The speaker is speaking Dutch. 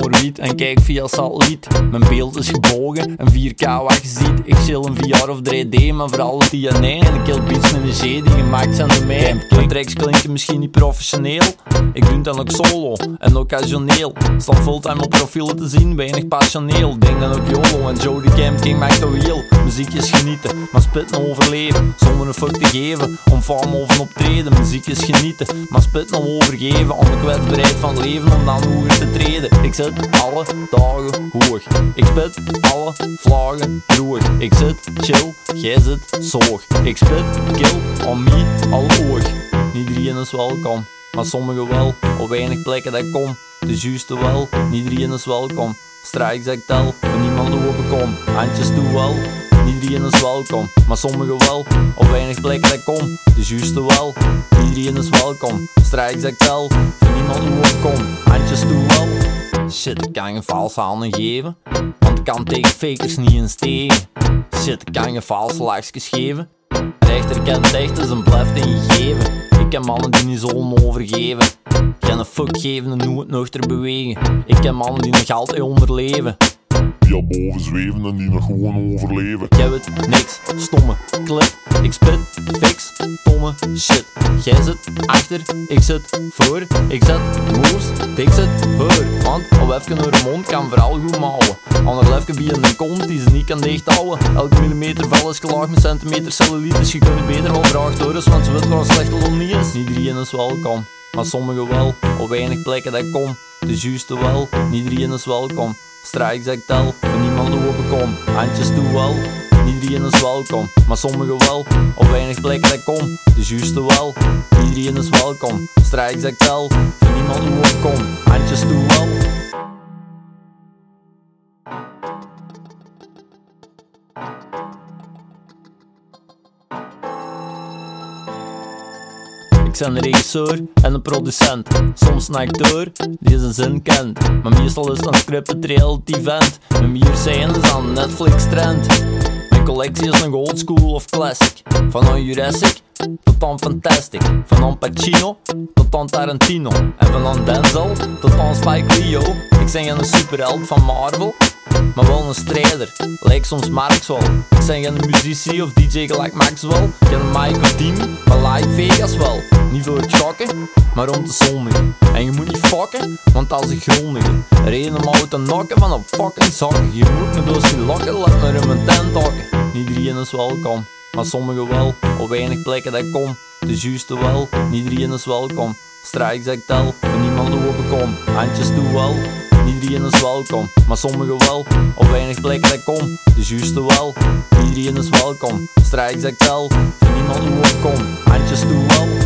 Noorwiet en kijk via satelliet. Mijn beeld is gebogen, een 4K wat je ziet. Ik chill een VR of 3D, maar vooral het TNA. En ik kill beats met een G die gemaakt zijn door mij. Mijn tracks klinken misschien niet professioneel. Ik doe het dan ook solo en occasioneel. Stand fulltime op profielen te zien, weinig passioneel. Denk dan ook YOLO en Joe the Camp King maakt de wheel. Muziek is genieten, maar spitten overleven. Zonder een fuck te geven, om fame of een optreden. Muziek is genieten, maar spitten overgeven. Om de kwetsbaarheid van het leven, om dan hoger te treden. Ik zit alle dagen hoog. Ik spit alle vlagen droog. Ik zit chill, jij zit zoog. Ik spit, kill, on me, alle oog. Niet iedereen is welkom, maar sommigen wel. Op weinig plekken dat ik kom, de juiste wel. Niet iedereen is welkom, strikes ik tel. Voor niemand open kom, handjes toe wel. Niet iedereen is welkom, maar sommigen wel. Op weinig plekken dat ik kom, de juiste wel. Niet iedereen is welkom, strikes ik tel. Voor niemand open kom, handjes toe wel. Shit, ik kan je valse handen geven, want ik kan tegen fakers niet eens tegen. Shit, ik kan je valse lachjes geven. Rechter kent echt, is een blijft in je geven. Ik ken mannen die niet zullen overgeven. Geen een fuck geven en hoe het nuchter bewegen. Ik ken mannen die nog altijd onderleven. Die boven zweven en die nog gewoon overleven. Jij weet niks, stomme klip. Ik spit, fix, domme shit. Jij zit achter, ik zit voor. Ik zet moves, ik zit voor. Want op even door de mond kan vooral goed mouwen. Ander lefke bij een kont die ze niet kan dichthouden. Elke millimeter vel is gelaagd met centimeter cellulitis. Je kunt beter wel draag door, want ze weet waar slechte lol niet is. Niet iedereen is welkom, maar sommigen wel. Op weinig plekken dat ik kom, de juiste wel. Niet iedereen is welkom, strikes ik tel. Voor niemand open kom, handjes toe wel. Niet iedereen is welkom, maar sommigen wel. Op weinig plekken dat ik kom, de juiste wel. Niet iedereen is welkom, strikes ik tel. Voor niemand open kom, handjes toe wel. Ik ben een regisseur en een producent. Soms een acteur die zijn zin kent. Maar meestal is het een scripted reality vent. Mijn mier zijn is aan Netflix trend. Mijn collectie is nog oldschool of classic. Van een Jurassic tot aan Fantastic. Van een Pacino tot aan Tarantino. En van een Denzel tot aan Spike Leo. Ik ben geen superheld van Marvel, maar wel een strijder, lijkt soms Marxwell. Ik ben geen muzici of DJ gelijk Maxwell. Geen Mike of Team, maar like Vegas wel. Niet voor het gokken, maar om te zondigen. En je moet niet fokken, want als ik grondigen. Reden om uit te nokken van een fucking zakken. Je moet me dus niet lokken, laat me in mijn tent hokken. Niet iedereen is welkom, maar sommigen wel. Op weinig plekken dat ik kom, de juiste wel. Niet iedereen is welkom, strikes ik tel. Voor niemand open kom, handjes toe wel. Niet iedereen is welkom, maar sommigen wel. Op weinig plekken dat ik kom, de juiste wel. Niet iedereen is welkom, strikes ik tel. Voor niemand open kom, handjes toe wel.